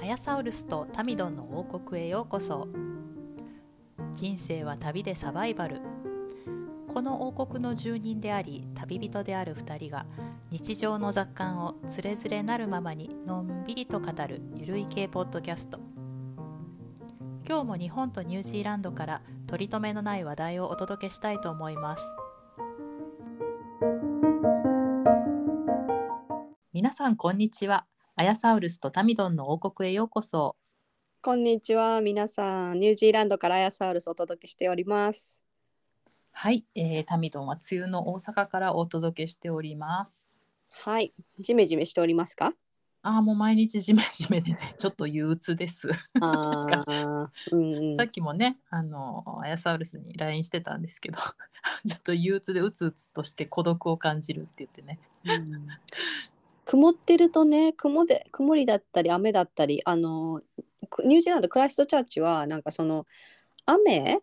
ヤサウルスとタミドンの王国へようこそ。人生は旅でサバイバル。この王国の住人であり旅人である2人が日常の雑感をつれづれなるままにのんびりと語るゆるい系ポッドキャスト。今日も日本とニュージーランドから取り留めのない話題をお届けしたいと思います。皆さんこんにちは。アヤサウルスとタミドンの王国へようこそ。 こんにちは、皆さん。ニュージーランドからアヤサウルスをお届けしております。 はい、タミドンは梅雨の大阪からお届けしております。 はい、ジメジメしておりますか？ もう毎日ジメジメでね、ちょっと憂鬱です。なんかさっきもね、アヤサウルスに LINE してたんですけど、ちょっと憂鬱でうつうつとして孤独を感じるって言ってね。 曇ってるとね、曇りだったり雨だったり、ニュージーランドクライストチャーチはなんかその雨、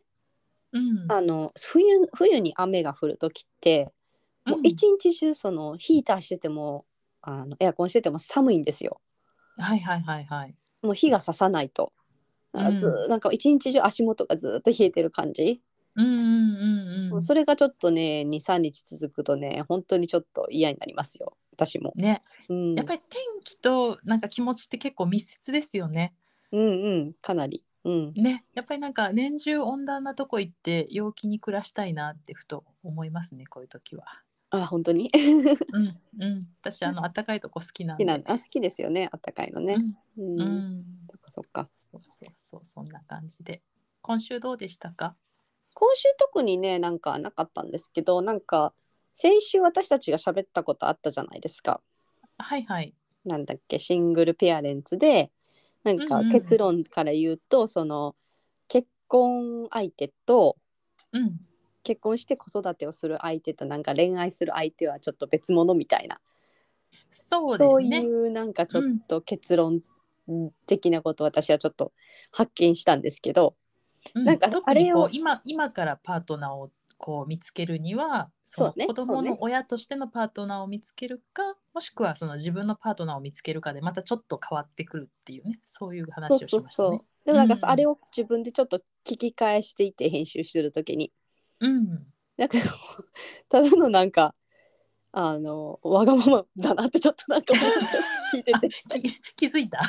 冬に雨が降るときってもう一日中そのヒーターしててもエアコンしてても寒いんですよ。 はいはいはいはい。 もう日が差さないとなんか一日中足元がずっと冷えてる感じ。それがちょっとね2、3日続くとね本当にちょっと嫌になりますよ、私も。 ね、やっぱり天気となんか気持ちって結構密接ですよね。 かなり。 ね、やっぱりなんか年中温暖なとこ行って陽気に暮らしたいなってふと思いますね、こういう時は。 本当に私暖かいとこ好きなんで。 好きですよね、あったかいのね。そっかそっか。 そうそんな感じで。今週どうでしたか？ 今週特にねなんかなかったんですけど、なんか先週私たちが喋ったことあったじゃないですか。 はいはい。 なんだっけ、シングルペアレンツでなんか結論から言うと、その結婚相手と、結婚して子育てをする相手となんか恋愛する相手はちょっと別物みたいな、 そういですね。 うなんかちょっと結論的なことを私はちょっと発見したんですけど、なんか特にこう今からパートナーをこう見つけるには、その子供の親としてのパートナーを見つけるか、もしくはその自分のパートナーを見つけるかでまたちょっと変わってくるっていうね、そういう話をしましたね。 でもなんかあれを自分でちょっと聞き返していて編集してる時に、なんかただのなんかわがままだなってちょっとなんか思って聞いてて気づいた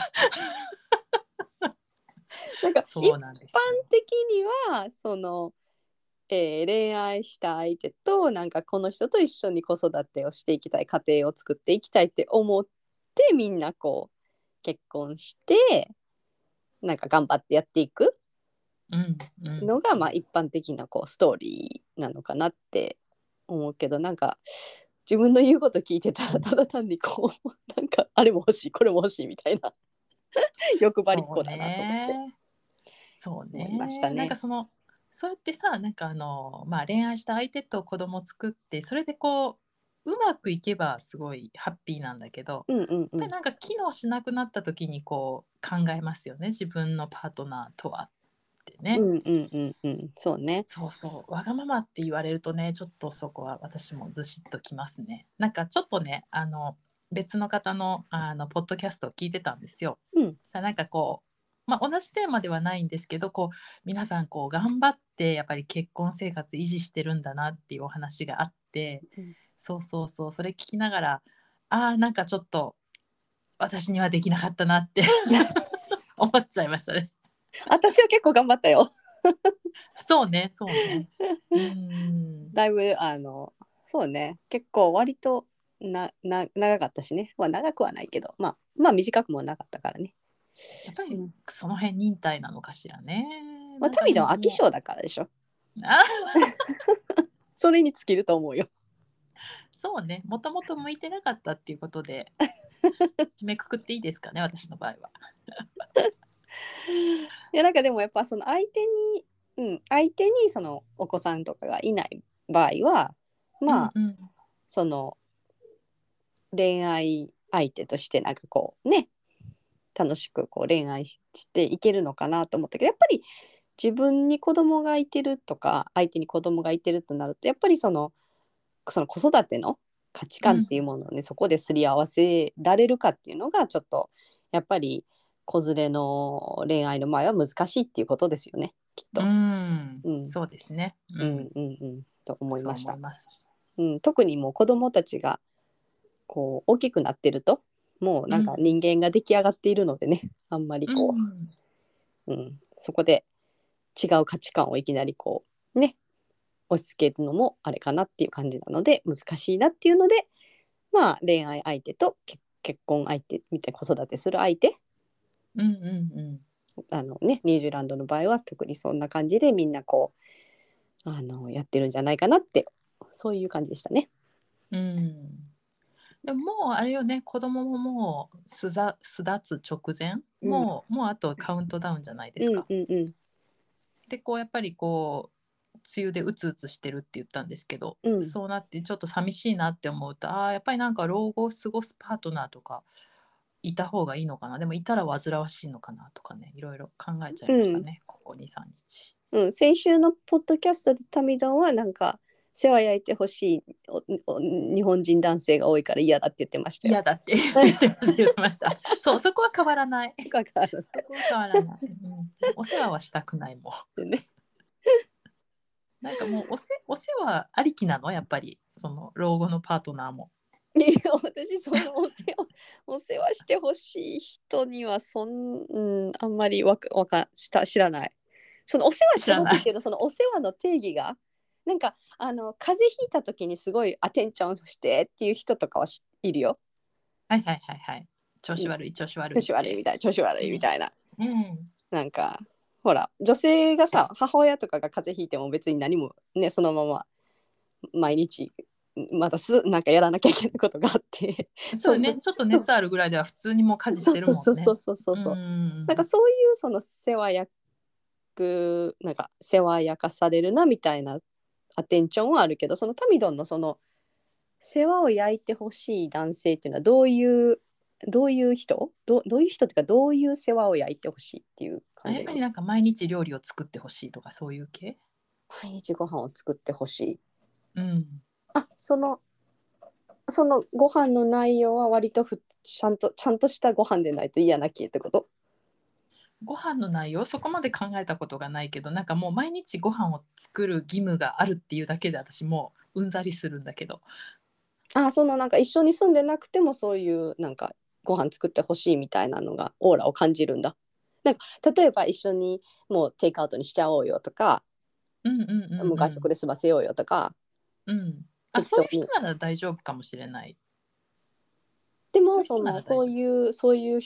なんか一般そうなんですよ。 的にはその、恋愛した相手となんかこの人と一緒に子育てをしていきたい、家庭を作っていきたいって思ってみんなこう結婚してなんか頑張ってやっていくのが、まあ一般的なこうストーリーなのかなって思うけど、なんか自分の言うこと聞いてたらただ単にこうなんかあれも欲しいこれも欲しいみたいな欲張りっ子だなと思って思いましたね。 なんかそうやってさ、なんか恋愛した相手と子供を作ってそれでこううまくいけばすごいハッピーなんだけど、やっぱりなんか機能しなくなった時にこう考えますよね、自分のパートナーとはってね。 そうね。 そうわがままって言われるとね、ちょっとそこは私もずしっときますね。なんかちょっとね別の方のポッドキャストを聞いてたんですよ。そしたらなんかこう、同じテーマではないんですけど、こう皆さんこう頑張ってやっぱり結婚生活維持してるんだなっていうお話があって、それ聞きながらなんかちょっと私にはできなかったなって思っちゃいましたね。 私は結構頑張ったよそうねだいぶそうね、結構割と長かったしね、長くはないけどまあ短くもなかったからね。 やっぱりその辺忍耐なのかしらね。 タミドは飽き性だからでしょあそれに尽きると思うよ。 そうね、もともと向いてなかったっていうことで締めくくっていいですかね、私の場合は。 いやなんかでもやっぱその相手にそのお子さんとかがいない場合はその恋愛相手としてなんかこうね楽しくこう恋愛していけるのかなと思ったけど、やっぱり自分に子供がいてるとか相手に子供がいてるとなるとやっぱりその子育ての価値観っていうものをね、そこですり合わせられるかっていうのがちょっとやっぱり子連れの恋愛の場合は難しいっていうことですよね、きっと。 そうですね。 と思いました。 そう思います。 特にもう子供たちがこう大きくなってるともうなんか人間が出来上がっているのでね、あんまりこう、そこで違う価値観をいきなりこうね押し付けるのもあれかなっていう感じなので難しいなっていうので、まあ恋愛相手と結婚相手みたいな子育てする相手、ニュージーランドの場合は特にそんな感じでみんなこうやってるんじゃないかなって、そういう感じでしたね。 でももうあれよね、子供ももう巣立つ直前、もうあとカウントダウンじゃないですか。でこうやっぱりこう梅雨でうつうつしてるって言ったんですけど、そうなってちょっと寂しいなって思うと、やっぱりなんか老後を過ごすパートナーとかいた方がいいのかな、でもいたら煩わしいのかなとかね、いろいろ考えちゃいましたね、ここ2、3日。 先週のポッドキャストでタミドンはなんか世話焼いてほしい日本人男性が多いから嫌だって言ってましたよ。 嫌だって言ってました。そう、そこは変わらない。 そこは変わらない。お世話はしたくないもん。 ね、 なんかもうお世話ありきなの、やっぱりその老後のパートナーも。 いや私そのお世話してほしい人にはあんまり知らない。そのお世話してほしいっていうの、そのお世話の定義がなんか風邪ひいた時にすごいアテンションしてっていう人とかはいるよ。 はいはいはいはい。調子悪い調子悪い調子悪いみたいな調子悪いみたいな、なんかほら女性がさ母親とかが風邪ひいても別に何もねそのまま毎日またなんかやらなきゃいけないことがあってそうね、ちょっと熱あるぐらいでは普通にもう家事してるもんね。 なんかそういうそのなんか世話焼かされるなみたいなアテンションはあるけど、そのタミドンのその世話を焼いてほしい男性っていうのはどういう人どういう人っていうかどういう世話を焼いてほしいっていう感じなの？ やっぱりなんか毎日料理を作ってほしいとかそういう系。 毎日ご飯を作ってほしい。 うん。 そのご飯の内容は割とちゃんとしたご飯でないと嫌な系ってこと？ ご飯の内容そこまで考えたことがないけど、なんかもう毎日ご飯を作る義務があるっていうだけで私もううんざりするんだけど。 そのなんか一緒に住んでなくてもそういうなんかご飯作ってほしいみたいなのがオーラを感じるんだ。なんか例えば一緒にもうテイクアウトにしちゃおうよとか、もう外食で済ませようよとか、 そういう人なら大丈夫かもしれない。 でもそういう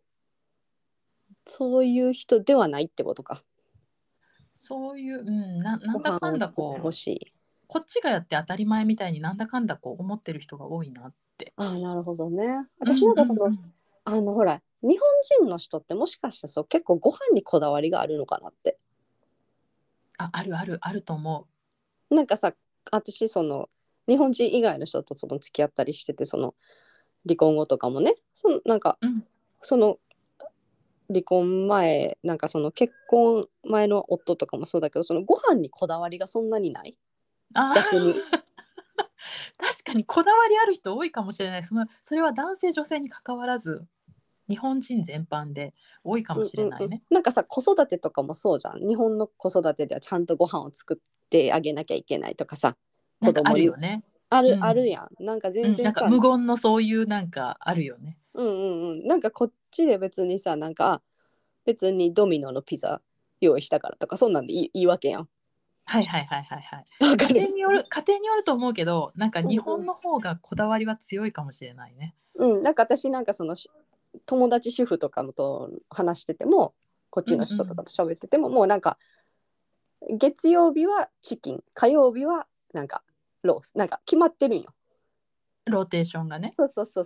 人ではないってことか。 そういう、なんだかんだこうこっちがやって当たり前みたいになんだかんだこう思ってる人が多いなって。 なるほどね。私なんかほら日本人の人ってもしかしたら結構ご飯にこだわりがあるのかなって。 あると思う。なんかさ、私日本人以外の人と付き合ったりしてて、離婚後とかもね、なんか、その離婚前なんか結婚前の夫とかもそうだけど、ご飯にこだわりがそんなにない。逆に確かにこだわりある人多いかもしれない。それは男性女性に関わらず日本人全般で多いかもしれないね。 なんかさ子育てとかもそうじゃん。日本の子育てではちゃんとご飯を作ってあげなきゃいけないとかさ、 なんかあるよね。 あるやん。なんか全然さ、 なんか無言のそういうなんかあるよね。 なんかこっちで別にさ、なんか別にドミノのピザ用意したからとかそんなんでいいわけやん。 はい。家庭によると思うけど、なんか日本の方がこだわりは強いかもしれないね。 なんか私なんか友達主婦とかと話してても、こっちの人とかと喋ってても、もうなんか月曜日はチキン、火曜日はなんかロース、なんか決まってるんよ。 ローテーションがね。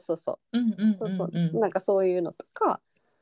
なんかそういうのとか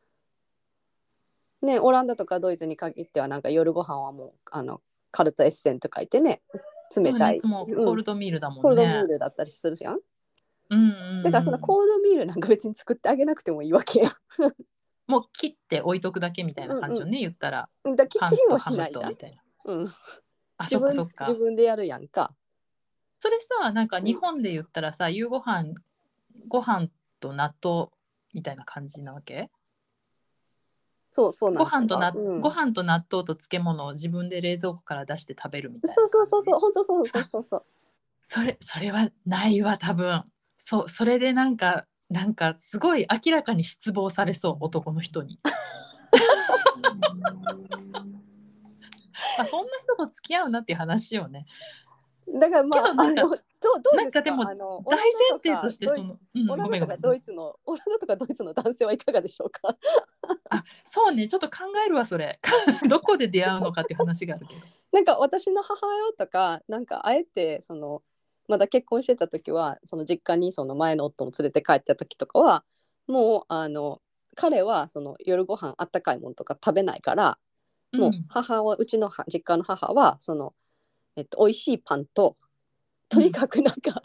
ね、オランダとかドイツに限ってはなんか夜ご飯はもうカルトエッセンとか言ってね、冷たい、 いつもコールドミールだもんね。 コールドミールだったりするじゃん。だからコールドミールなんか別に作ってあげなくてもいいわけや。 もう切って置いとくだけみたいな感じよね、言ったら。 切りもしないじゃん。自分でやるやんか。 それさ、なんか日本で言ったらさ、夕ご飯と納豆みたいな感じなわけ？ そうなんですよ。 ご飯と納豆と漬物を自分で冷蔵庫から出して食べるみたいなそうそう感じで。 そうそう、本当そう。 それはないわ多分。それでなんかすごい明らかに失望されそう男の人に。まあそんな人と付き合うなっていう話よね。 だからけどなんかどうですか、 でも大前オランダと提とかドイツ、 してごめんごめんどうぞ。 オランダとかドイツの男性はいかがでしょうか？ あ、そうね、ちょっと考えるわそれ。どこで出会うのかっていう話があるけど。 なんか私の母親とか、なんかあえてまだ結婚してた時は、その実家にその前の夫も連れて帰った時とかは、もう彼はその夜ご飯あったかいものとか食べないから、もううちの実家の母は美味しいパンと、とにかくなんか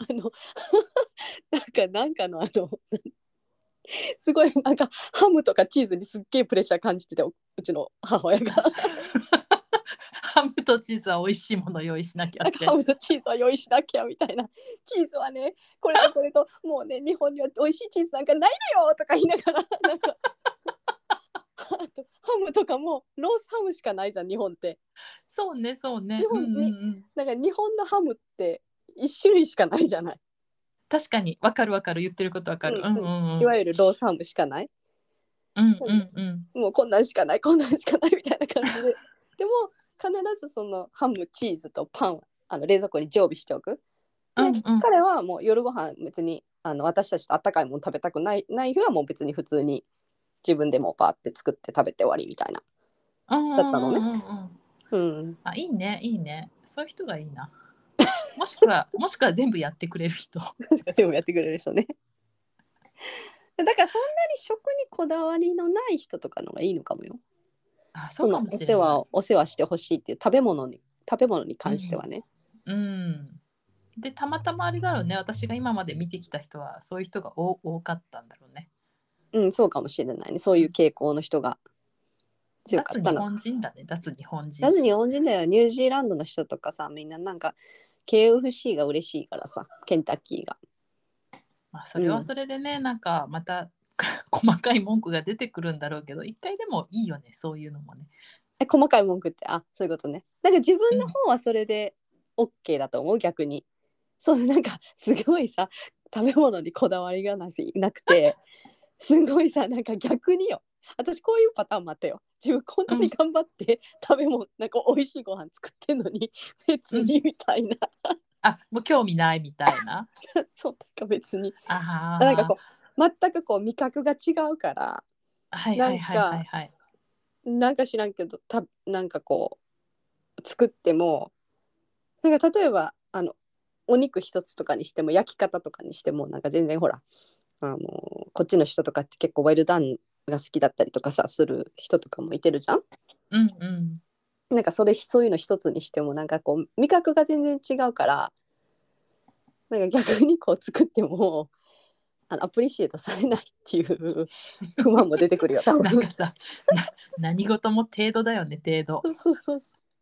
なんかのすごいなんかハムとかチーズにすっげえプレッシャー感じてて、うちの母親がハムとチーズは美味しいもの用意しなきゃなんかハって。 ムとチーズは用意しなきゃみたいな、チーズはねこれとこれと、もうね日本には美味しいチーズなんかないのよとか言いながらなんかあとハムとかもロースハムしかないじゃん日本って。 そうねそうね。 日本に、なんか日本のハムって一種類しかないじゃない。 確かにわかるわかる言ってることわかる。 いわゆるロースハムしかない。もうこんなんしかないこんなんしかないみたいな感じででも必ずそのハムチーズとパンを冷蔵庫に常備しておく。で、彼はもう夜ご飯別に私たちとあったかいもの食べたくない日はもう別に普通に自分でもパーって作って食べて終わりみたいなだったのね。 あ、いいねいいね、そういう人がいいな。もしくは全部やってくれる人。 全部やってくれる人ね。だからそんなに食にこだわりのない人とかのがいいのかもよ。 あ、そうかもしれない。 お世話してほしいっていう食べ物に関してはね。 でたまたまあれだろうね、私が今まで見てきた人はそういう人が多かったんだろうね。 そうかもしれないね。そういう傾向の人が強かったのか。 脱日本人だね、脱日本人。 脱日本人だよ。ニュージーランドの人とかさ、みんななんか KFC が嬉しいからさ、ケンタッキーが。 まあそれはそれでね、なんかまた細かい文句が出てくるんだろうけど、一回でもいいよね、そういうのもね。 細かい文句って、そういうことね。なんか自分の方はそれで OK だと思う、逆に。なんかすごいさ、食べ物にこだわりがなくて、すごいさ、なんか逆によ。私こういうパターンもあったよ。自分こんなに頑張って食べ物、なんか美味しいご飯作ってんのに別にみたいな。 もう興味ないみたいな。 そう、なんか別に。なんかこう全くこう味覚が違うから、なんか知らんけどなんかこう作っても、なんか例えばお肉一つとかにしても焼き方とかにしてもなんか全然ほらこっちの人とかって結構ウェルダンが好きだったりとかさする人とかもいてるじゃん。なんかそういうの一つにしてもなんかこう味覚が全然違うから、なんか逆にこう作ってもアプリシエートされないっていう不満も出てくるよ多分。 なんかさ何事も程度だよね、程度。 そう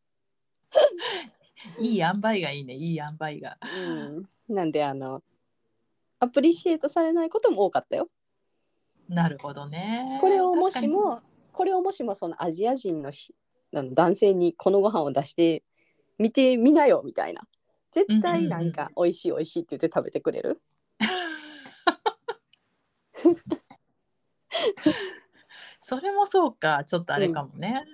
いい塩梅がいいね、いい塩梅が。 なんでアプリシエートされないことも多かったよ。 なるほどね。 これをもしもそのアジア人の男性にこのご飯を出してみなよみたいな、絶対なんか美味しい美味しいって言って食べてくれる。 それもそうか、ちょっとあれかもね。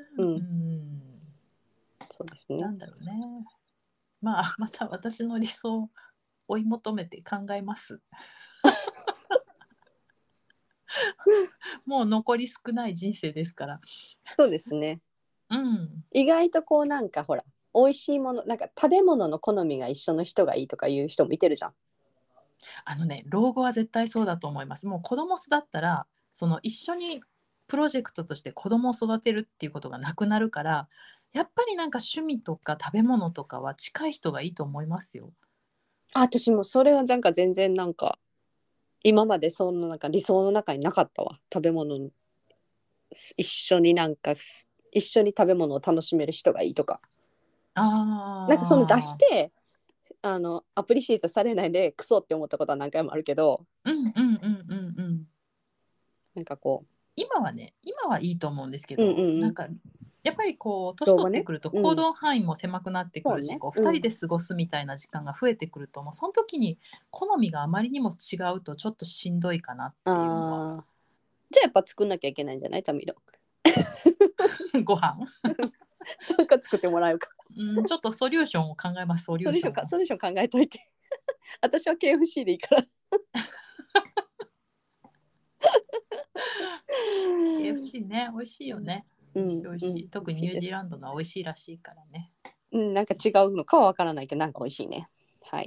そうですね。 なんだろうね。また私の理想を追い求めて考えます。もう残り少ない人生ですから。 そうですね。意外とこうなんかほら美味しいもの、なんか食べ物の好みが一緒の人がいいとかいう人もいてるじゃん。 老後は絶対そうだと思います。もう子供育ったら一緒にプロジェクトとして子供を育てるっていうことがなくなるから、やっぱりなんか趣味とか食べ物とかは近い人がいいと思いますよ。 私もそれはなんか全然なんか今までそんななんか理想の中になかったわ。食べ物一緒に食べ物を楽しめる人がいいとか。なんか出してアプリシートされないでクソって思ったことは何回もあるけど、なんかこう今はいいと思うんですけど、なんかやっぱりこう年取ってくると行動範囲も狭くなってくるし、こう2人で過ごすみたいな時間が増えてくると、もうその時に好みがあまりにも違うとちょっとしんどいかなっていうのは。 じゃあやっぱ作んなきゃいけないんじゃない、タミロ。 ご飯なんか作ってもらうか。 ちょっとソリューションを考えます。ソリューション考えといて。私は KFC でいいから。 KFC ね、美味しいよね。美味しい。特にニュージーランドのは美味しいらしいからね。 なんか違うのかはわからないけど、なんか美味しいね。はい。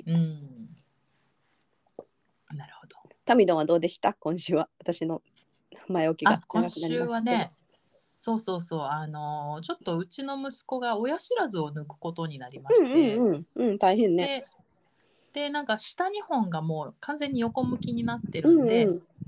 なるほど。 タミドンはどうでした？今週は私の前置きが長くなりましたけど。今週はね、 そうちょっとうちの息子が親知らずを抜くことになりまして、 大変ね。 でなんか下2本がもう完全に横向きになってるんで、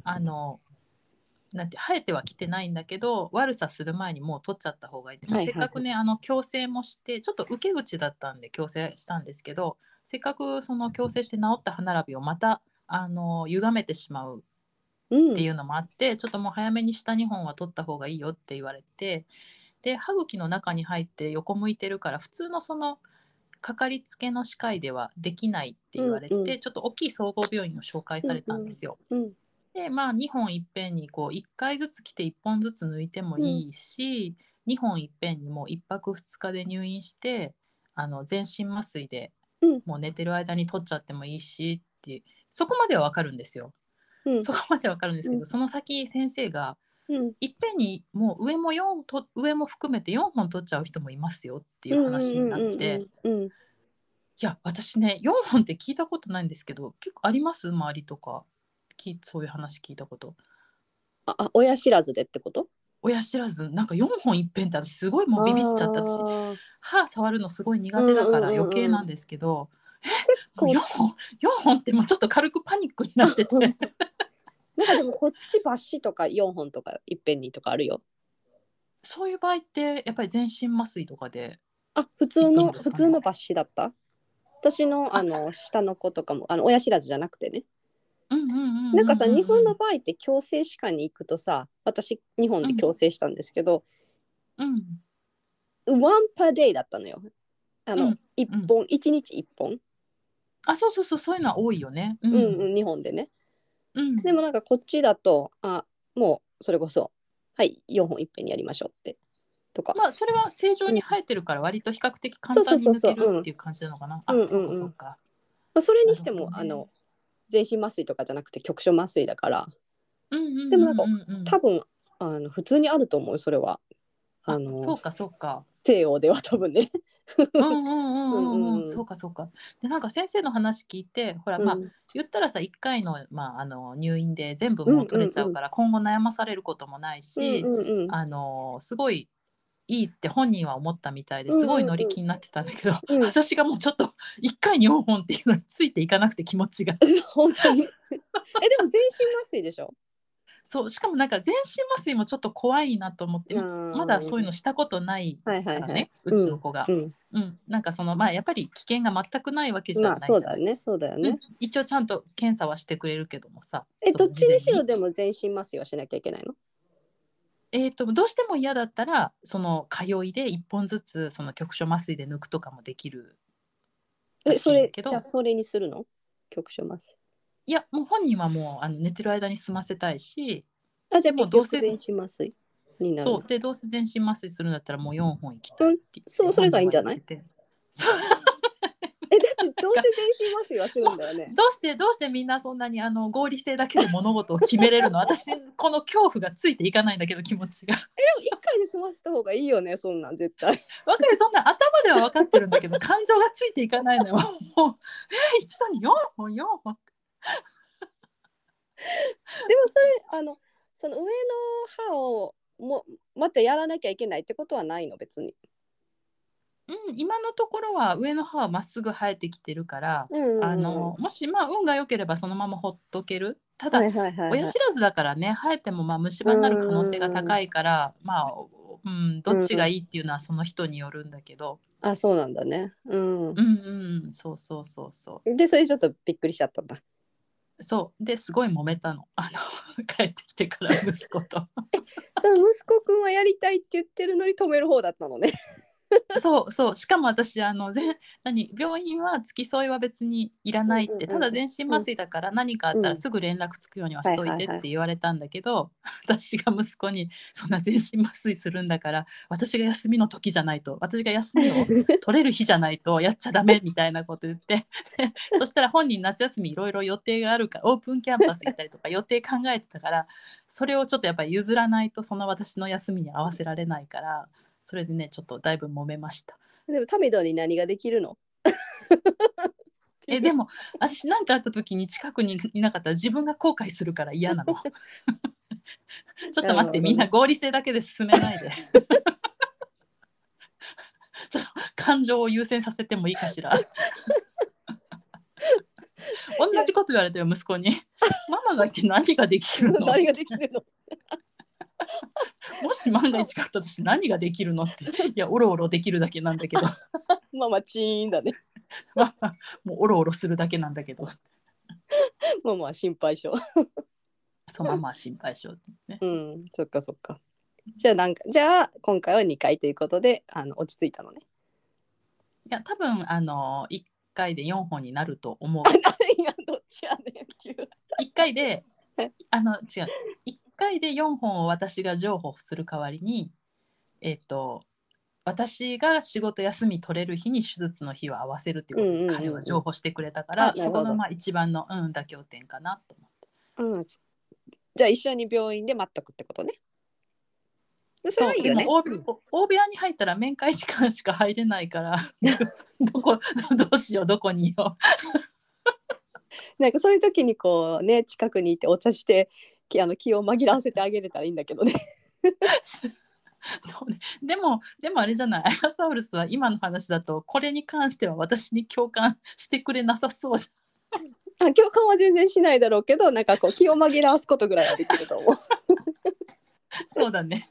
なんて生えてはきてないんだけど、悪さする前にもう取っちゃった方がいいって、せっかくね矯正もしてちょっと受け口だったんで矯正したんですけど、せっかくその矯正して治った歯並びをまた歪めてしまうっていうのもあって、ちょっともう早めに下2本は取った方がいいよって言われて、で歯茎の中に入って横向いてるから普通のそのかかりつけの歯科医ではできないって言われて、ちょっと大きい総合病院を紹介されたんですよ。で2本いっぺんにこう1回ずつ来て1本ずつ抜いてもいいし、2本いっぺんにもう1泊2日で入院して全身麻酔でもう寝てる間に取っちゃってもいいしってそこまでは分かるんですよ。そこまで分かるんですけど、その先先生がいっぺんにもう上も含めて4本取っちゃう人もいますよっていう話になって、いや私ね4本って聞いたことないんですけど、結構あります？周りとかそういう話聞いたこと。 親知らずでってこと？ 親知らずなんか4本いっぺんって私すごいもうビビっちゃったし、歯触るのすごい苦手だから余計なんですけど、もう4本ってもうちょっと軽くパニックになっててなんかでもこっち抜歯とか4本とかいっぺんにとかあるよ。 そういう場合ってやっぱり全身麻酔とかで。 普通の抜歯だった。私の下の子とかも親知らずじゃなくてね。なんかさ、日本の場合って矯正歯科に行くとさ、私日本で矯正したんですけど、ワンパーデイだったのよ。1本、1日1本。 そういうのは多いよね。 日本でね。でもなんかこっちだともうそれこそはい4本いっぺんにやりましょうってとか。 それは正常に生えてるから割と比較的簡単に抜けるっていう感じなのかな。そうか。 それにしても全身麻酔とかじゃなくて局所麻酔だから。でもなんか多分普通にあると思う、それは。 そうか。 西洋では多分ね。 そうか。でなんか先生の話聞いて、ほら言ったらさ1回の、入院で全部もう取れちゃうから、今後悩まされることもないし、すごいいいって本人は思ったみたいですごい乗り気になってたんだけど、私がもうちょっと1回に4本っていうのについていかなくて気持ちが本当にでも全身麻酔でしょ。 そうしかもなんか全身麻酔もちょっと怖いなと思って、まだそういうのしたことないからね、うちの子が。なんかやっぱり危険が全くないわけじゃないじゃない。 そうだよね。 一応ちゃんと検査はしてくれるけどもさ。 どっちにしろでも全身麻酔はしなきゃいけないの？ どうしても嫌だったらその通いで1本ずつその局所麻酔で抜くとかもできるらしいんだけど。 じゃあそれにするの？局所麻酔。 いやもう本人はもう寝てる間に済ませたいし、 じゃあもうどうせ全身麻酔になるの？ そうでどうせ全身麻酔するんだったらもう4本いきたいってそれがいいんじゃない？だってどうせ全身麻酔はするんだよね。 どうしてみんなそんなに合理性だけで物事を決めれるの？私この恐怖がついていかないんだけど、気持ちが。 でも1回で済ませた方がいいよね、そんなん絶対。 わかる、そんな頭では分かってるんだけど感情がついていかないのよ。もう一度に4本でもその上の歯をまたやらなきゃいけないってことはないの？別に。 今のところは上の歯はまっすぐ生えてきてるから、もし運が良ければそのままほっとける。ただ、親知らずだからね、生えても虫歯になる可能性が高いから、どっちがいいっていうのはその人によるんだけど。 そうなんだね。 そう。 でそれちょっとびっくりしちゃったんだ。 そうですごい揉めたの帰ってきてから息子とその息子くんはやりたいって言ってるのに止める方だったのね。 そうそう、しかも私病院は付き添いは別にいらないって、ただ全身麻酔だから何かあったらすぐ連絡つくようにはしといてって言われたんだけど、私が息子にそんな全身麻酔するんだから私が休みの時じゃないと、私が休みを取れる日じゃないとやっちゃダメみたいなこと言ってそしたら本人夏休みいろいろ予定があるからオープンキャンパス行ったりとか予定考えてたから、それをちょっとやっぱり譲らないとその私の休みに合わせられないから、それでねちょっとだいぶ揉めました。 でもタミドに何ができるの？ でも私何かあった時に近くにいなかったら自分が後悔するから嫌なのちょっと待って、みんな合理性だけで進めないでちょっと感情を優先させてもいいかしら同じこと言われてる息子にママがいて何ができるの何ができるのもし万が一があったとして何ができるのって、いやおろおろできるだけなんだけどママチーンだねもうおろおろするだけなんだけどママは心配性そうママは心配性ね。 そっかそっか。じゃあ今回は2回ということで落ち着いたのね。 いや多分1回で4本になると思う。 何がどっちやねんっていう。 1回で違う1回で4本を私が譲歩する代わりに私が仕事休み取れる日に手術の日を合わせるっていうことを彼は譲歩してくれたから、そこがまあ一番の、妥協点かなと思って。 じゃあ一緒に病院で待っとくってことね。それはいいよね。 でも大部屋に入ったら面会時間しか入れないからどうしようどこにいようなんかそういう時にこうね近くにいてお茶して気を紛らわせてあげれたらいいんだけどねそうね、でもあれじゃない、アヤサウルスは今の話だとこれに関しては私に共感してくれなさそうじゃん。共感は全然しないだろうけど、なんかこう気を紛らわすことぐらいはできると思うそうだね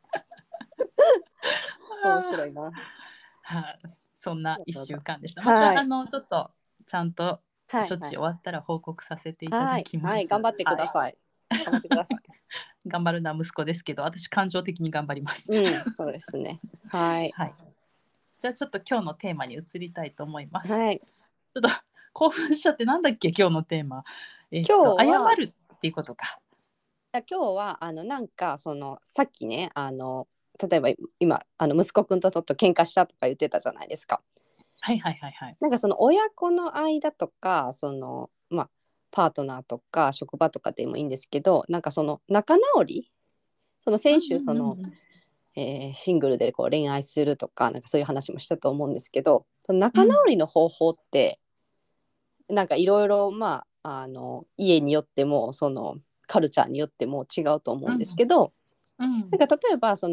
面白いな。 そんな1週間でした。また、ちょっとちゃんと処置終わったら報告させていただきます。 頑張ってください。頑張ってください。 頑張るのは息子ですけど、私感情的に頑張ります。 そうですね。はい。 じゃあちょっと今日のテーマに移りたいと思います。ちょっと興奮しちゃって、なんだっけ今日のテーマ。 今日は謝るっていうことか。 今日はなんかさっきね例えば今息子くんとちょっと喧嘩したとか言ってたじゃないですか。なんかその親子の間とかパートナーとか職場とかでもいいんですけど、なんかその仲直り、先週シングルでこう恋愛するとか、なんかそういう話もしたと思うんですけど、その仲直りの方法ってなんかいろいろ家によってもカルチャーによっても違うと思うんですけど、なんか例えば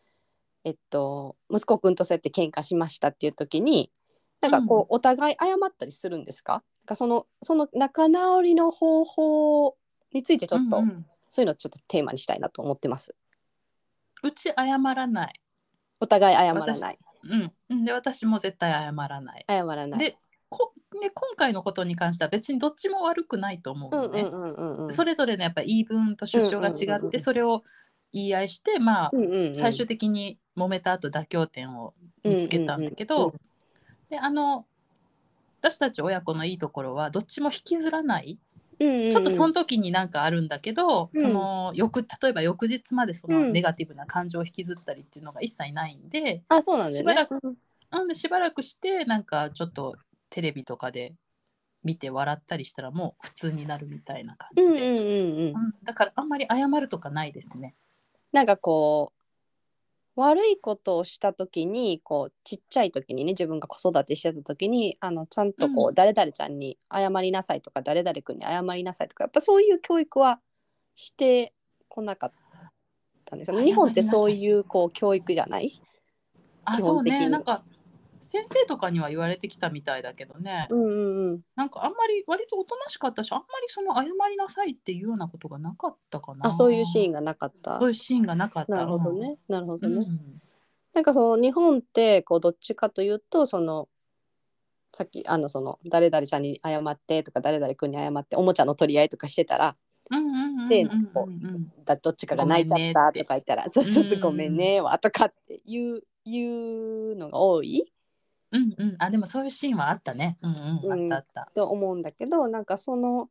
息子くんとそうやって喧嘩しましたっていう時になんかこうお互い謝ったりするんですか？なんかその仲直りの方法についてちょっと、そういうのをちょっとテーマにしたいなと思ってます。 うち謝らない。 お互い謝らない。 で私も絶対謝らない。 謝らない。 で今回のことに関しては別にどっちも悪くないと思うのね。それぞれのやっぱ言い分と主張が違って、それを言い合いして、最終的に揉めた後妥協点を見つけたんだけど、で私たち親子のいいところはどっちも引きずらない。ちょっとその時になんかあるんだけど、例えば翌日までそのネガティブな感情を引きずったりっていうのが一切ないんで、しばらくしてなんかちょっとテレビとかで見て笑ったりしたらもう普通になるみたいな感じで、だからあんまり謝るとかないですね。 なんかこう悪いことをした時にこうちっちゃい時にね、自分が子育てしてた時にちゃんとこう、誰々ちゃんに謝りなさいとか誰々君に謝りなさいとか、やっぱそういう教育はしてこなかったんですか？日本ってそういうこう教育じゃない？ そうね、なんか先生とかには言われてきたみたいだけどね、なんかあんまり割とおとなしかったし、あんまり謝りなさいっていうようなことがなかったかな。 そういうシーンがなかった。 そういうシーンがなかった。 なるほどね、なるほどね。なんか日本ってこうどっちかというとちさっきその誰々ちゃんに謝ってとか誰々君に謝っておもちゃの取り合いとかしてたら、でなんかこうどっちかが泣いちゃったとか言ったら、そうそうそう、ごめんねわとかっていうのが多い。 あ、でもそういうシーンはあったね。あったあった。 と思うんだけど、なんかその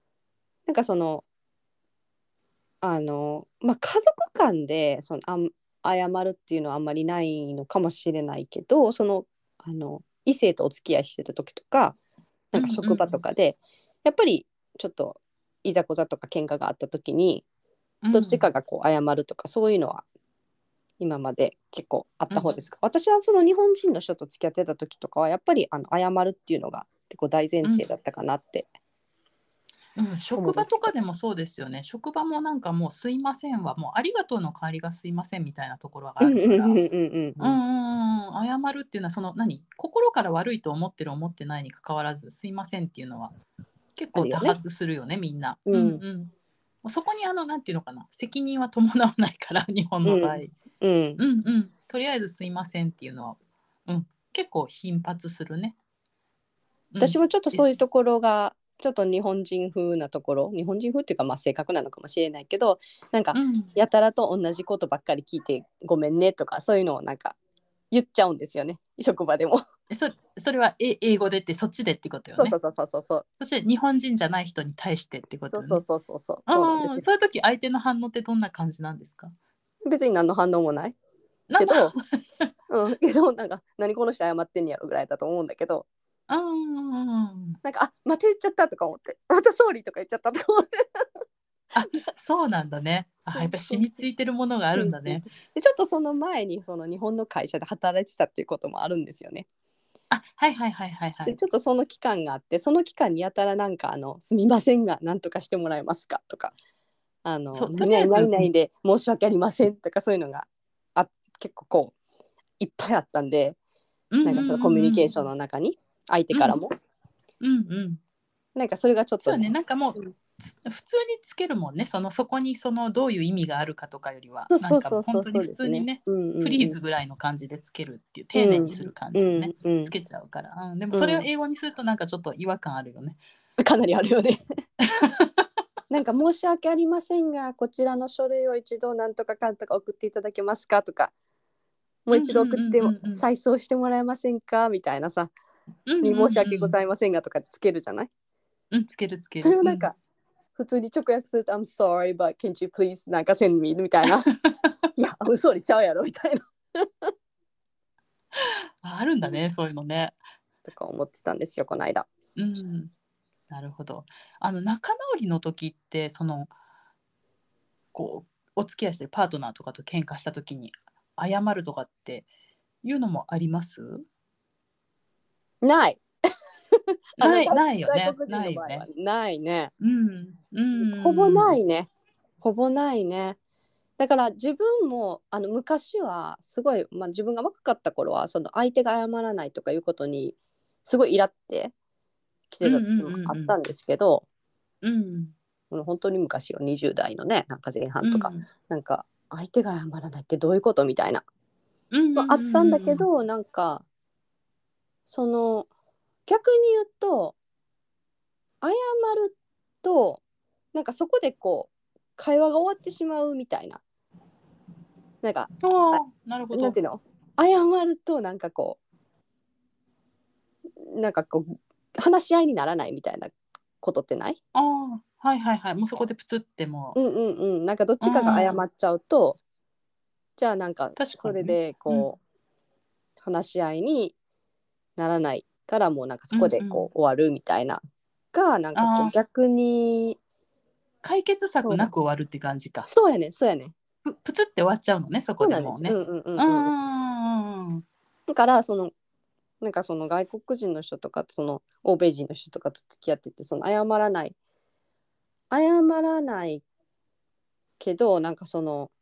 まあ、家族間で謝るっていうのはあんまりないのかもしれないけど、異性とお付き合いしてる時とか、なんか職場とかで、やっぱりちょっといざこざとか喧嘩があった時にどっちかがこう謝るとか、そういうのは今まで結構あった方ですか？私はその日本人の人と付き合ってた時とかはやっぱり謝るっていうのが結構大前提だったかなって職場とかでもそうですよね。職場もなんかもうすいませんはもうありがとうの代わりがすいませんみたいなところがあるから、謝るっていうのはその心から悪いと思ってる思ってないにかかわらずすいませんっていうのは結構多発するよね、みんな。そこになんていうのかな、責任は伴わないから日本の場合、とりあえずすいませんっていうのは、結構頻発するね。 私もちょっとそういうところがちょっと日本人風なところ、日本人風っていうかまあ性格なのかもしれないけど、なんかやたらと同じことばっかり聞いてごめんねとかそういうのをなんか言っちゃうんですよね、職場でも。 それは英語でってそっちでってことよね。そして日本人じゃない人に対してってことよね。そうなんですよ。そういう時相手の反応ってどんな感じなんですか？ 別に何の反応もないけどけどなんか何この人謝ってんやろぐらいだと思うんだけど、なんかまた言っちゃったとか思って、また総理とか言っちゃったとか思ってあ、そうなんだね。やっぱ染みついてるものがあるんだね。 でちょっとその前にその日本の会社で働いてたっていうこともあるんですよね。でちょっとその期間があって、その期間にやたらなんかすみませんが何とかしてもらえますかとか、何々ないで申し訳ありませんとか、そういうのが結構こういっぱいあったんで、なんかそのコミュニケーションの中に相手からも、なんかそれがちょっとそうね、なんかもう、普通につけるもんね。そこにどういう意味があるかとかよりは、なんか本当に普通にね、プリーズぐらいの感じでつけるっていう、丁寧にする感じでね、つけちゃうから。でもそれを英語にするとなんかちょっと違和感あるよね。 かなりあるよね。なんか申し訳ありませんが、こちらの書類を一度なんとかかんとか送っていただけますかとか、もう一度送って再送してもらえませんかみたいなさ、に申し訳ございませんがとかつけるじゃない？ つける。 それをなんか、普通に直訳すると I'm sorry but can't you please なんか send me みたいな。いや I'm sorry ちゃうやろみたいな。 あるんだね、そういうのね。 とか思ってたんですよ、この間。 なるほど。仲直りの時ってこうお付き合いしてるパートナーとかと喧嘩した時に謝るとかっていうのもあります？ ない。 ないよね。 外国人の場合はないね。 ほぼないね。ほぼないね。だから自分も昔はすごい、自分が若かった頃はその相手が謝らないとかいうことにすごいイラってきてた時もあったんですけど、本当に昔よ、20代のねなんか前半とか、なんか相手が謝らないってどういうことみたいな、あったんだけど、なんか逆に言うと謝るとなんかそこでこう会話が終わってしまうみたいな、なんかなるほど。 なんていうの、謝るとなんかこう話し合いにならないみたいなことってない？ もうそこでプツってもなんかどっちかが謝っちゃうと、じゃあなんかそれでこう、話し合いにならないからもうなんかそこでこう終わるみたいながなんかこう逆に解決策なく終わるって感じか。 そうやね。 プツって終わっちゃうのね、そこでもうね。 だからなんかその外国人の人とか欧米人の人とかと付き合ってて、謝らないけどなんか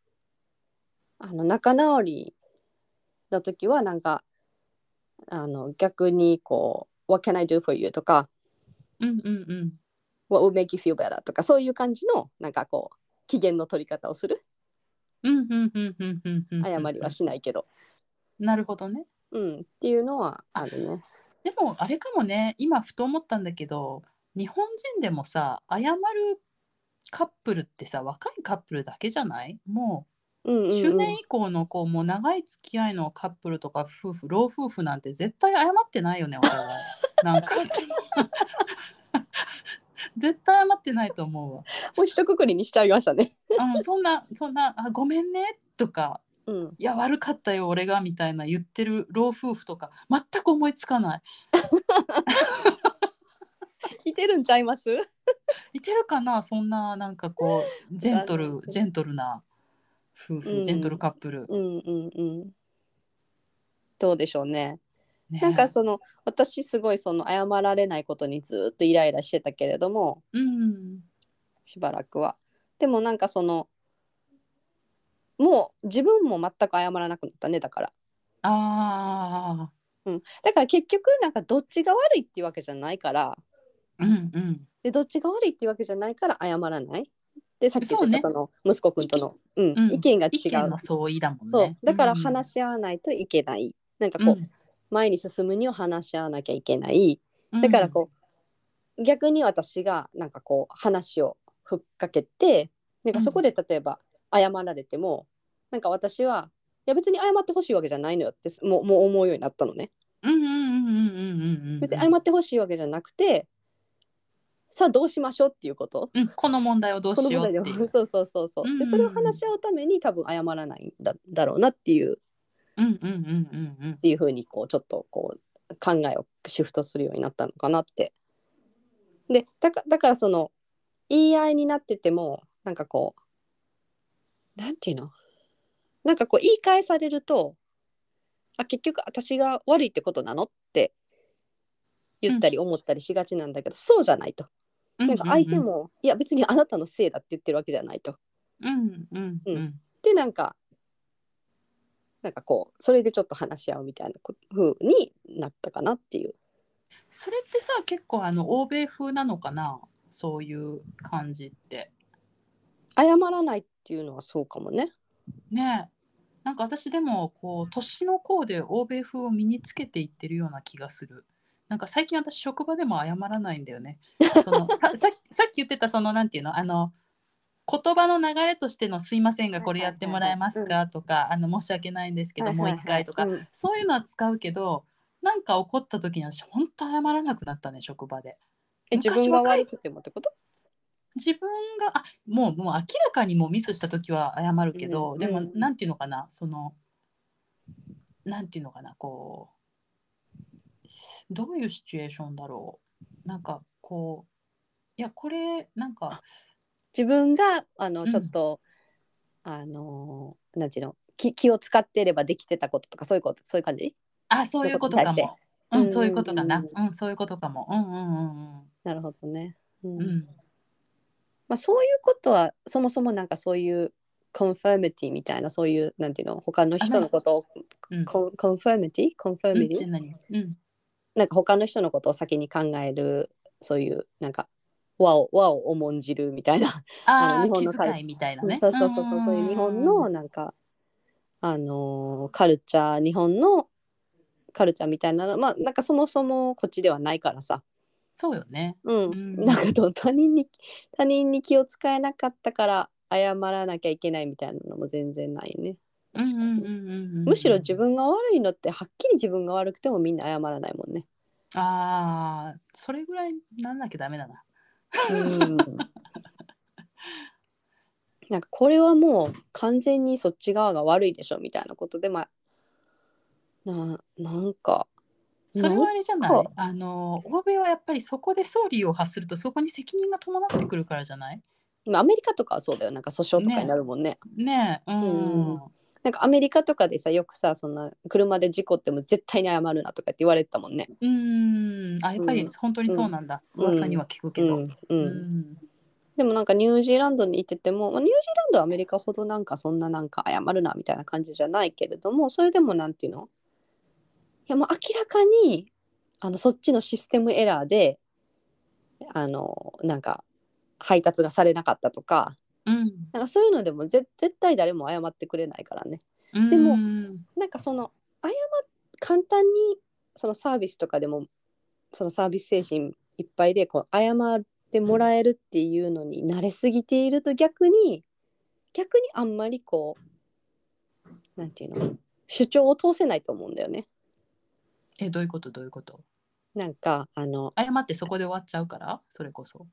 仲直りの時はなんか逆にこう What can I do for you とか、What would make you feel better とか、そういう感じのなんかこう機嫌の取り方をする。謝りはしないけど。 なるほどね。 っていうのはあるね。 でもあれかもね、今ふと思ったんだけど、日本人でもさ、謝るカップルってさ、若いカップルだけじゃない？もうんう中うんうん。 年以降のこうもう長い付き合いのカップルとか夫婦、老夫婦なんて絶対謝ってないよね、お互い。なんか絶対謝ってないと思うわ。 もう一括りにしちゃいましたね。 そんなごめんねとか、 うん。 いや悪かったよ俺がみたいな言ってる老夫婦とか全く思いつかない。 いてるんちゃいます？ いてるかな、そんななんかこうジェンわかんないけど。 トルジェントルな夫う婦、ジェントルんカップルうんうんうん。どうでしょうね。なんかね。 私すごい謝られないことにずっとイライラしてたけれども、 うん。 しばらくは。でもなんかもう自分も全く謝らなくなったね、だから。 ああ。 うん、だから結局なんかどっちが悪いっていうわけじゃないから、 うんうん。 でどっちが悪いっていうわけじゃないから謝らない。でさっき言ってたそうね。 息子くん意見、 との、うん、 うん、 意見が違意見う。 の相違だもんね。 そうだからうん話し合わないといけない。なんかうん。 前に進むには話し合わなきゃいけない。だからうん逆に私がなんか話をふっかけて、なんうんかそこで例えば謝られても、なんか私はいや別に謝ってほしいわけじゃないのよってもう思うようになったのね。 うんうんうんうんうんうん別に謝うんってほしいわけじゃなくて、さあどうしましょうっていうこと。 うん。この問題をどうしこの問題でもようっていう。 そうそうそうそう。でうんうんそれを話し合うために多分謝らないだろうなっていううんうんうんうんうん。 っていうふうにちょっと考えをシフトするようになったのかなって。でだから言い合いになっててもなんかなんていうの、なんか言い返されると、結局私が悪いってことなのって言ったり思ったりしがちなんだけど、そうじゃないと。 うんなんか相手もいや別にあなたのせいだって言ってるわけじゃないと。 うんうんうん、 うん。 でなんかそれでちょっと話し合うみたいな風になったかなっていう。 それってさ、結構欧米風なのかな、そういう感じって。 謝らないっていうのはそうかもね。 ねえ。なんか私でもこう年の功で欧米風を身につけていってるような気がする。なんか最近私職場でも謝らないんだよね。さっき言ってたそのなんていうの、言葉の流れとしてのすいませんがはいこれやってもらえはいはいはい。うん。 ますかとか、申し訳ないんですけはいどもうはいはい。 一回とか、 うん。 そういうのは使うけど、なんか怒った時に私本当謝らなくなったね、職場で。 自分が昔若い悪くてもってこと？ 自分がもう明らかにもうミスした時は謝るけうんど、でもうんなんていうのかな、なんていうのかな、こうどういうシチュエーションだろう。なんかこう、いやこれなんか、 自分がちょっうん、 となんていうの、気を使っていればできてたこととかそういうこと、そういう感じのこそういうことに対して。 とかも、うん、そういううんうんことかな、 うん。 うん、そういうことかも、うんうんなるほどね。うん。 うんうん。 まあそういうことはそもそもなんかそういうコンファーミティみたいな、そういうなんていうの、他の人のことをうん、 コンファーミティコンファーうんっミティて何？うん。 なんか他の人のことを先に考える、そういうなんか和を重んじるみたいな日本の気遣いみたいなね。 そううんうそうそうそう、そういう日本んうんうん。 のなんかカルチャー、日本のカルチャーみたいなの、まあなんかそもそもこっちではないからさ、 そうよね。 ううん、なんかん。 他人に気を使えなかったから謝らなきゃいけないみたいなのも全然ないね。 うんうんうん確かに。 うんうんむしろうん。 自分が悪いのってはっきり自分が悪くてもみんな謝らないもんね。 それぐらいなんなきゃダメだな。 うん。なんかこれはもう完全にそっち側が悪いでしょみたいなことで、まあなんかなんそれはあれじゃなかい？欧米はやっぱりそこで総理を発するとそこに責任が伴ってくるからじゃない？ まあアメリカとかはそうだよ。なんか訴訟とかにねなるもんね。 え、ねえ、ううん。 ん。 なんかアメリカとかでさ、よくさ、そんな車で事故っても絶対に謝るなとかって言われてたもんね。 やっぱりうん。 本当にうん。 そうなんだ。 うん。 噂には聞くけど。 うん。ううん。 ん。 でもなんかニュージーランドにいてても、まあニュージーランドはアメリカほどなんかそんななんか謝るなみたいな感じじゃないけれども、それでもなんていうの、いやもう明らかにそっちのシステムエラーでなんか配達がされなかったとか、 うん。 なんかそういうのでも絶対誰も謝ってくれないからね。 うでもん。 なんか簡単にそのサービスとかでもそのサービス精神いっぱいでこう謝ってもらえるっていうのに慣れすぎていると逆にあんまりこうなんていうの主張を通せないと思うんだよね。 どういうことどういうこと？ なんか謝ってそこで終わっちゃうから、それこそ。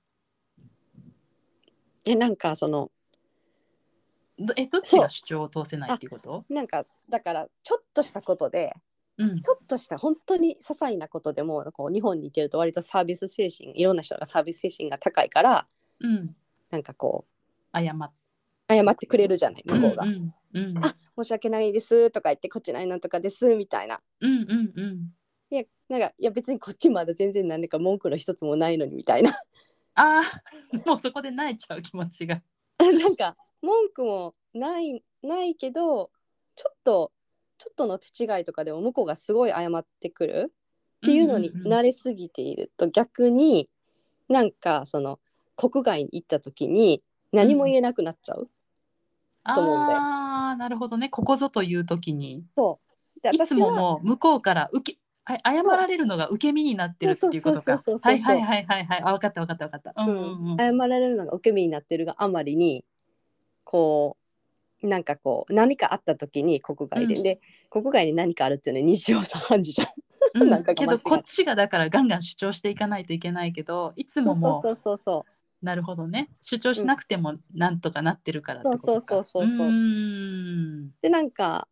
なんかそのどっちが主張を通せないっていうこと？ なんかだからちょっとしたことで、 うん、 ちょっとした本当に些細なことでもこう日本にいてると割とサービス精神いろんな人がサービス精神が高いからうん、 なんかこ謝謝ってくれるじゃない向こうが、 うんうんうんあ申し訳ないですとか言ってこちらになんとかですみたいな。 うんうんうん。 でなんかいや別にこっちまだ全然何でか文句の一つもないのにみたいなああ、もうそこで泣いちゃう気持ちが。 なんか文句もないけどちょっとの手違いとかでも向こうがすごい謝ってくるっていうのに慣れすぎていると逆になんかその国外に行った時に何も言えなくなっちゃうと思うんだよ。 ああ、なるほどね。ここぞという時に。 そうでいつ私はももう向こうから謝られるのが受け身になってるっていうことか。はいはいはいはいはい。あ、分かった分かった分かった。うんうんうん。 謝られるのが受け身になってるがあまりにこなんかこう何かあった時に国外で、 うんで国外に何かあるっていうのは日常茶飯事じゃん。なうん、 んかが間違っけどこっちがだからガンガン主張していかないといけないけど、いつももそうなるほどね、主張しなくてもなんとかなってるからってことか。うう。 ーん。 でなんか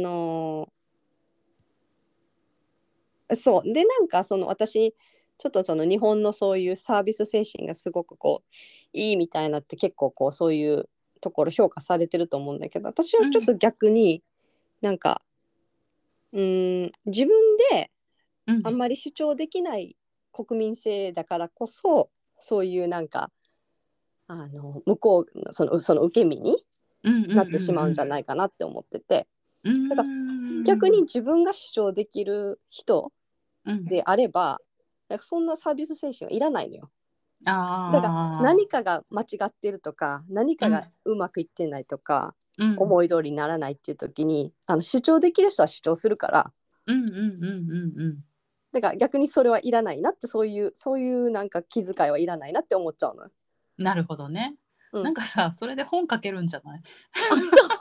そうでなんかその私ちょっとその日本のそういうサービス精神がすごくこういいみたいなって結構こうそういうところ評価されてると思うんだけど私はちょっと逆になんか自分でうんあんまり主張できない国民性だからこそそういうなんか向こうのその受け身にうんうんなってしまうんうんじゃないかなって思ってて、 うんだからうーん逆に自分が主張できる人うんであればだからそんなサービス精神はいらないのよ。だからあ何かが間違ってるとか何あうんかがうまくいってないとか、 うん思い通りにならないっていう時に主張できる人は主張するからうんうんうんうんうんだから逆にそれはいらないなってそういうなんか気遣いはいらないなって思っちゃうのよ。 なるほどね。 うん、 なんかさ、それで本書けるんじゃない？ あ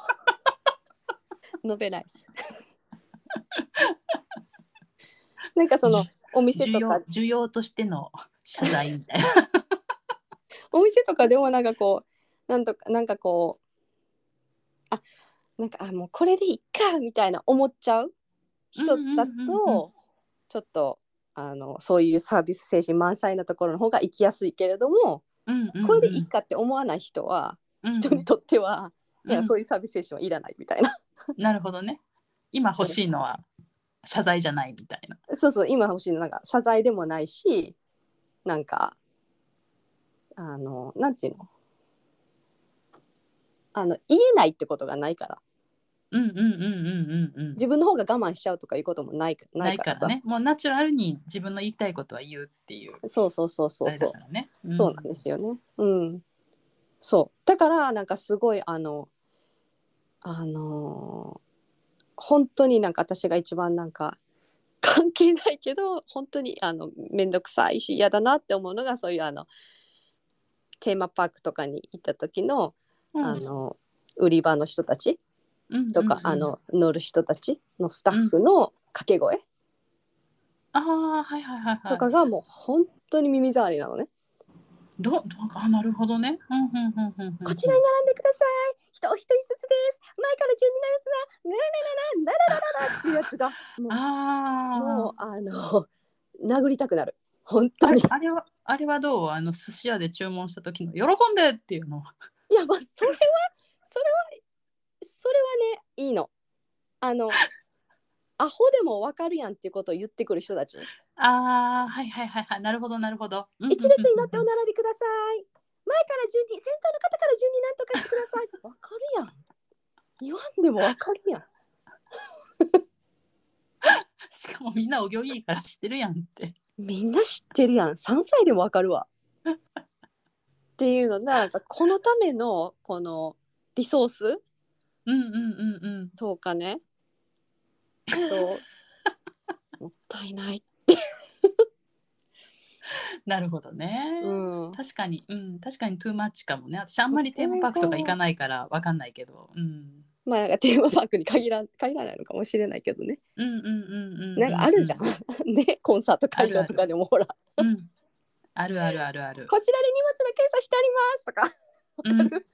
そうノベライズなんかそのお店とか需要としての謝罪みたいな。 お店とかでもなんかこうなんとかなんかこうあなんかもうこれでいっかみたいな思っちゃう人だうんうんうんうんとちょっとそういうサービス精神満載なところの方が行きやすいけれどもうんうんこれでいいうんかって思わない人はうん人にとってはいやうん。 そういうサービス精神はいらないみたいななるほどね。今欲しいのは謝罪じゃないみたいな。 そうそう今欲しいのなんか謝罪でもないしなんかなんていうの言えないってことがないからうんうんうんうんうんうん。 自分の方が我慢しちゃうとかいうこともないないからさからね。もうナチュラルに自分の言いたいことは言うっていうそうそうそうそあれだうそうからね。うん。 そうなんですよねうんそうだからなんかすごいあの本当になんか私が一番なんか関係ないけど本当に面倒くさいし嫌だなって思うのがそういうテーマパークとかに行った時のうんあの売り場の人たちうんとか、 うんうん。 乗る人たちのスタッうん。 フの掛け声ああ、はいはいはいはい。 とかがもう本当に耳障りなのね。 なるほどね。うんうんうんうんうんうん。 こちらに並んでください。お一人ずつです。前から順になるやつだ。ララララララララっていうやつがもうあ殴りたくなる。本あ、 当に。 あれはどう？寿司屋で注文した時の喜んでっていうのは。 いやまあそれはねいいの。あのアホでもわかるやんっていうことを言ってくる人たち。 ああ、はいはいはいはい。なるほどなるほど。うんうん一列になっておうんうん。 並びください。前から順に先頭の方から順になんとかしてください。わかるやん。言わんでもわかるやん。 しかもみんなお行儀いいから知ってるやんって。 みんな知ってるやん。3歳でもわかるわ。っていうのなんかこのためのこのリソースうんうんうんうん。 とかね。そうたいない。 なるほどね、 うん、 確かに、確かにトゥーマッチかもね。私あんまりテーマパークとか行かないからわかんないけど、 まあなんかテーマパークに限らないのかもしれないけどね。なんかあるじゃん。ね、コンサート会場とかでもほら。 あるあるあるある。 こちらで荷物の検査してありますとか。わかる？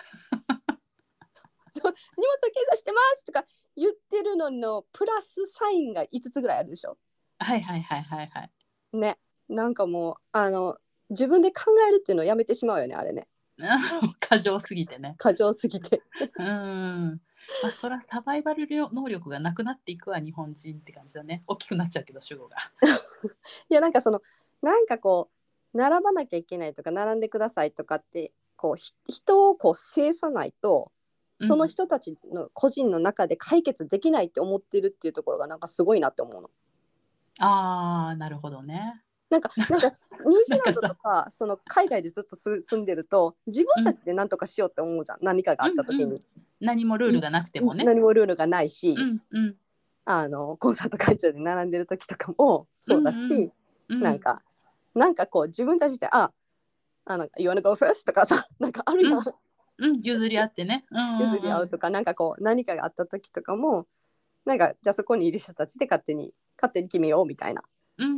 荷物を検査してますとか言ってるののプラスサインが5つぐらいあるでしょ。 はいはいはいはいはい。 ね、なんかもう自分で考えるっていうのをやめてしまうよね、あれね。 過剰すぎてね。 過剰すぎて。 まあそらサバイバル能力がなくなっていくわ日本人って感じだね。大きくなっちゃうけど主語が。 いやなんかなんかこう並ばなきゃいけないとか並んでくださいとかってこう人をこう制さないとその人たちの個人の中で解決できないって思ってるっていうところがなんかすごいなって思うの。 ああ、なるほどね。 なんかニュージーランドとかその海外でずっと住んでると自分たちで何とかしようって思うじゃん、何かがあった時に、 何もルールがなくてもね。 何もルールがないし、コンサート会場で並んでる時とかもそうだし、なんかこう自分たちでYou wanna go first? とかさ、なんかあるやん、 譲り合ってね、 譲り合うとか、なんかこう何かがあった時とかもなんかじゃあそこにいる人たちで勝手に決めようみたいな。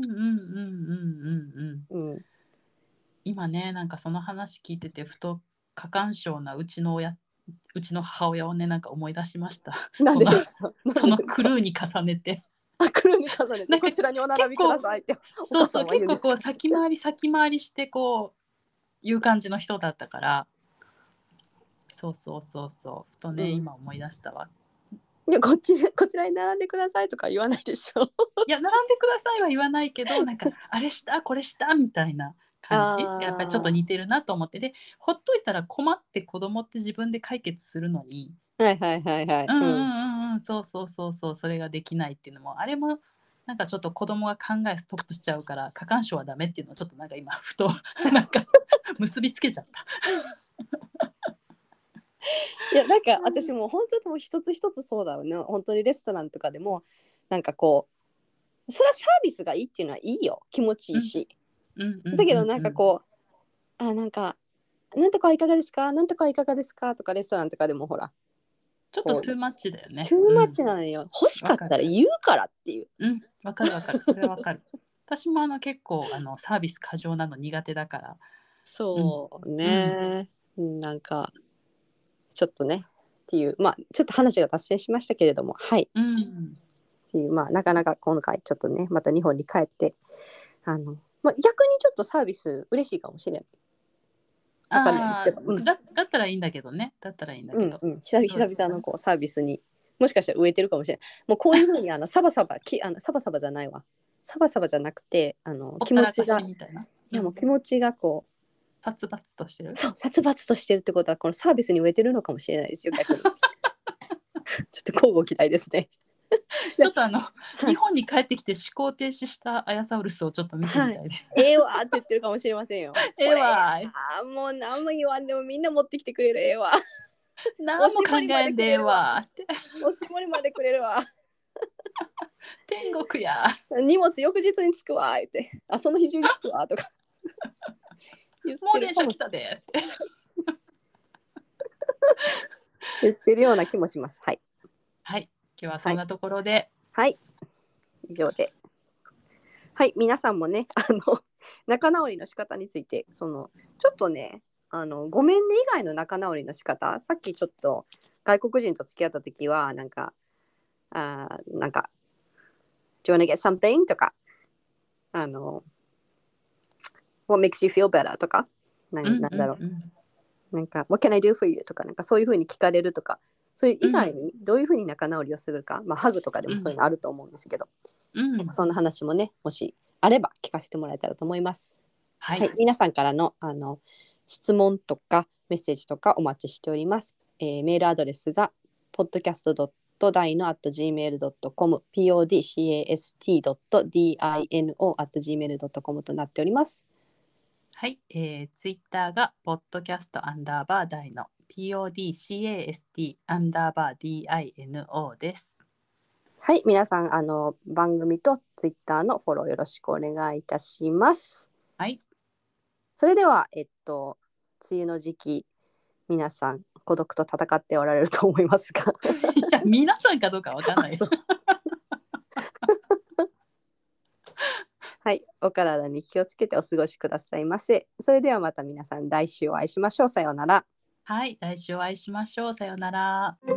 今ね、なんかその話聞いててふと過干渉なうちの母親をね、なんか思い出しました。 なんでですか？ そのクルーに重ねて。 クルーに重ねてこちらにお並びくださいってお母さんは言うんですか？ 結構こう先回りしてこういう感じの人だったから、そうふとね、今思い出したわ。 いやこちらに並んでくださいとか言わないでしょ。 いや並んでくださいは言わないけど、なんかあれしたこれしたみたいな感じやっぱりちょっと似てるなと思って、でほっといたら困って子供って自分で解決するのに、それができないっていうのも、あれもなんかちょっと子供が考えストップしちゃうから過干渉はダメっていうのをちょっとなんか今ふとなんか結びつけちゃった。 いやなんか私も本当にもう一つ一つそうだよね。本当にレストランとかでもなんかこうそれはサービスがいいっていうのはいいよ、気持ちいいし、だけどなんかこうなんかなんとかはいかがですかなんとかはいかがですかとかレストランとかでもほらちょっとトゥーマッチだよね。 トゥーマッチなのよ、欲しかったら言うからっていう。 わかるそれはわかる。私も結構サービス過剰なの苦手だから。 そうね、なんかちょっとねっていう、まあちょっと話が脱線しましたけれども、はい、っていう、まあなかなか今回ちょっとねまた日本に帰って逆にちょっとサービス嬉しいかもしれない。わかんないですけど、 だったらいいんだけどね。久 々のこうサービスにもしかしたら植えてるかもしれない。もうこういうふうにサバサバじゃないわ。サバサバじゃなくて気持ちがいやもう気持ちがこう殺伐としてる。 そう殺伐としてるってことはこのサービスに植えてるのかもしれないですよ逆に。ちょっと交互期待ですね。 ちょっと日本に帰ってきて思考停止したアヤサウルスをちょっと見てみたいです。 ええわって言ってるかもしれませんよ。 ええわもう何も言わんでもみんな持ってきてくれる。ええわ何も考えんでええわっておしぼりまでくれるわ天国や荷物翌日に着くわってその日中に着くわとかもう電車来たでって言ってるような気もします。はいはい今日はそんなところではい以上ではい皆さんもね仲直りの仕方についてちょっとねごめんね以外の仲直りの仕方、さっきちょっと外国人と付き合った時はなんかなんか Do you wanna get something? とかWhat makes you feel better? とかなんだろう、なんか What can I do for you? とかなんかそういうふうに聞かれるとか、そういう以外にどういうふうに仲直りをするか、まあハグとかでもそういうのあると思うんですけど、そんな話もねもしあれば聞かせてもらえたらと思います。はい、皆さんからの質問とかメッセージとかお待ちしております。メールアドレスが podcast.dino@gmail.com podcast.dino@gmail.com となっております。 はい、ツイッターが podcast_dino podcast_dino です。 はい、皆さん番組とツイッターのフォローよろしくお願いいたします。 はい。 それでは梅雨の時期、皆さん孤独と戦っておられると思いますがいや皆さんかどうかわかんない。 はい、お体に気をつけてお過ごしくださいませ。それではまた皆さん来週お会いしましょう。さようなら。 はい、来週お会いしましょう。さようなら。